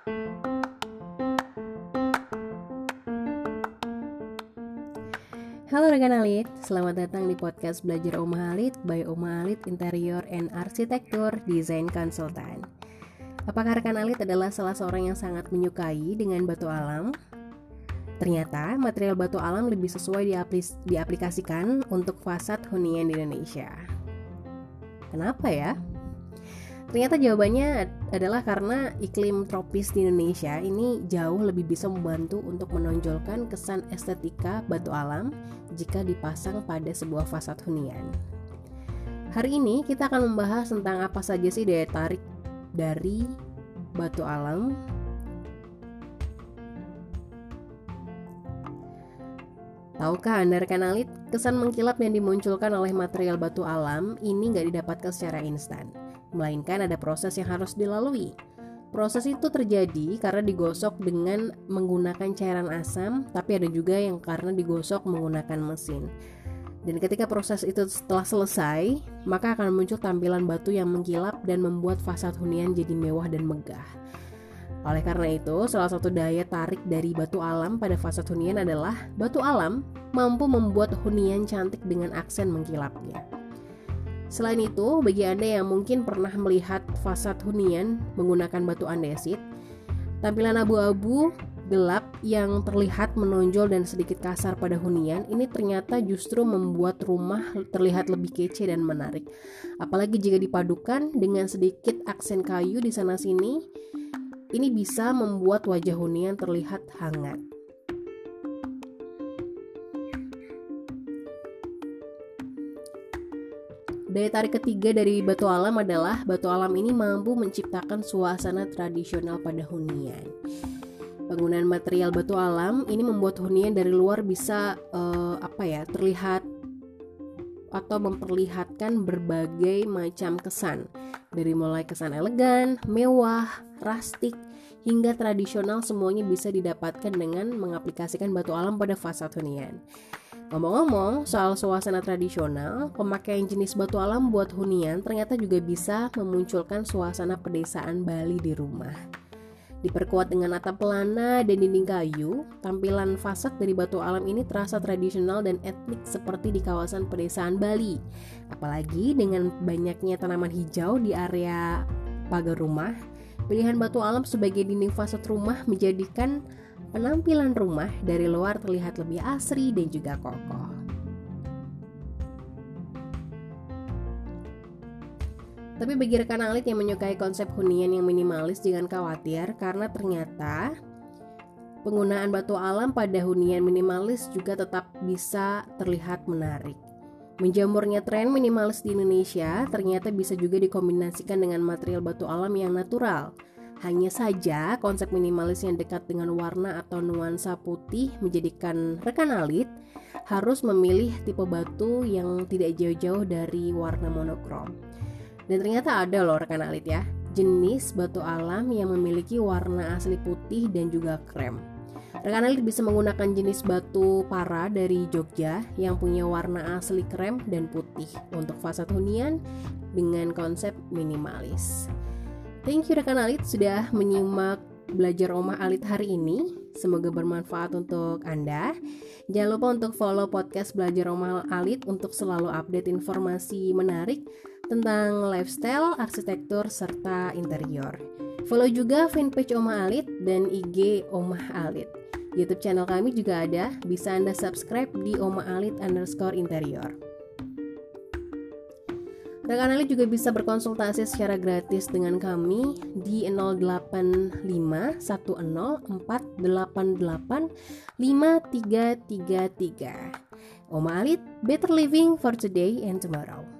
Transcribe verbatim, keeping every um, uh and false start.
Halo rekan Alit, selamat datang di podcast Belajar Oma Alit by Oma Alit Interior and Arsitektur Design Consultant. Apakah rekan Alit adalah salah seorang yang sangat menyukai dengan batu alam? Ternyata material batu alam lebih sesuai diaplis- diaplikasikan untuk fasad hunian di Indonesia. Kenapa ya? Ternyata jawabannya adalah karena iklim tropis di Indonesia ini jauh lebih bisa membantu untuk menonjolkan kesan estetika batu alam jika dipasang pada sebuah fasad hunian. Hari ini kita akan membahas tentang apa saja sih daya tarik dari batu alam. Tahukah Anda rekan Alit, kesan mengkilap yang dimunculkan oleh material batu alam ini nggak didapatkan secara instan, melainkan ada proses yang harus dilalui. Proses itu terjadi karena digosok dengan menggunakan cairan asam, tapi ada juga yang karena digosok menggunakan mesin. Dan ketika proses itu setelah selesai, maka akan muncul tampilan batu yang mengkilap dan membuat fasad hunian jadi mewah dan megah. Oleh karena itu, salah satu daya tarik dari batu alam pada fasad hunian adalah batu alam mampu membuat hunian cantik dengan aksen mengkilapnya. Selain itu, bagi Anda yang mungkin pernah melihat fasad hunian menggunakan batu andesit, tampilan abu-abu gelap yang terlihat menonjol dan sedikit kasar pada hunian ini ternyata justru membuat rumah terlihat lebih kece dan menarik. Apalagi jika dipadukan dengan sedikit aksen kayu di sana-sini, ini bisa membuat wajah hunian terlihat hangat. Daya tarik ketiga dari batu alam adalah batu alam ini mampu menciptakan suasana tradisional pada hunian. Penggunaan material batu alam ini membuat hunian dari luar bisa uh, apa ya terlihat atau memperlihatkan berbagai macam kesan, dari mulai kesan elegan, mewah, rustik, hingga tradisional. Semuanya bisa didapatkan dengan mengaplikasikan batu alam pada fasad hunian. Ngomong-ngomong soal suasana tradisional, pemakaian jenis batu alam buat hunian ternyata juga bisa memunculkan suasana pedesaan Bali di rumah. Diperkuat dengan atap pelana dan dinding kayu, tampilan fasad dari batu alam ini terasa tradisional dan etnik seperti di kawasan pedesaan Bali. Apalagi dengan banyaknya tanaman hijau di area pagar rumah, pilihan batu alam sebagai dinding fasad rumah menjadikan penampilan rumah dari luar terlihat lebih asri dan juga kokoh. Tapi bagi rekan Alit yang menyukai konsep hunian yang minimalis, jangan khawatir karena ternyata penggunaan batu alam pada hunian minimalis juga tetap bisa terlihat menarik. Menjamurnya tren minimalis di Indonesia ternyata bisa juga dikombinasikan dengan material batu alam yang natural. Hanya saja konsep minimalis yang dekat dengan warna atau nuansa putih menjadikan rekan Alit harus memilih tipe batu yang tidak jauh-jauh dari warna monokrom. Dan ternyata ada loh rekan Alit ya, jenis batu alam yang memiliki warna asli putih dan juga krem. Rekan Alit bisa menggunakan jenis batu para dari Jogja yang punya warna asli krem dan putih untuk fasad hunian dengan konsep minimalis. Thank you rekan Alit sudah menyimak Belajar Oma Alit hari ini. Semoga bermanfaat untuk Anda. Jangan lupa untuk follow podcast Belajar Oma Alit untuk selalu update informasi menarik tentang lifestyle, arsitektur, serta interior. Follow juga fanpage Oma Alit dan I G Oma Alit. YouTube channel kami juga ada, bisa Anda subscribe di Oma Alit underscore interior. Rekan Alit juga bisa berkonsultasi secara gratis dengan kami di nol delapan lima satu nol empat delapan delapan lima tiga tiga tiga. Oma Alit, better living for today and tomorrow.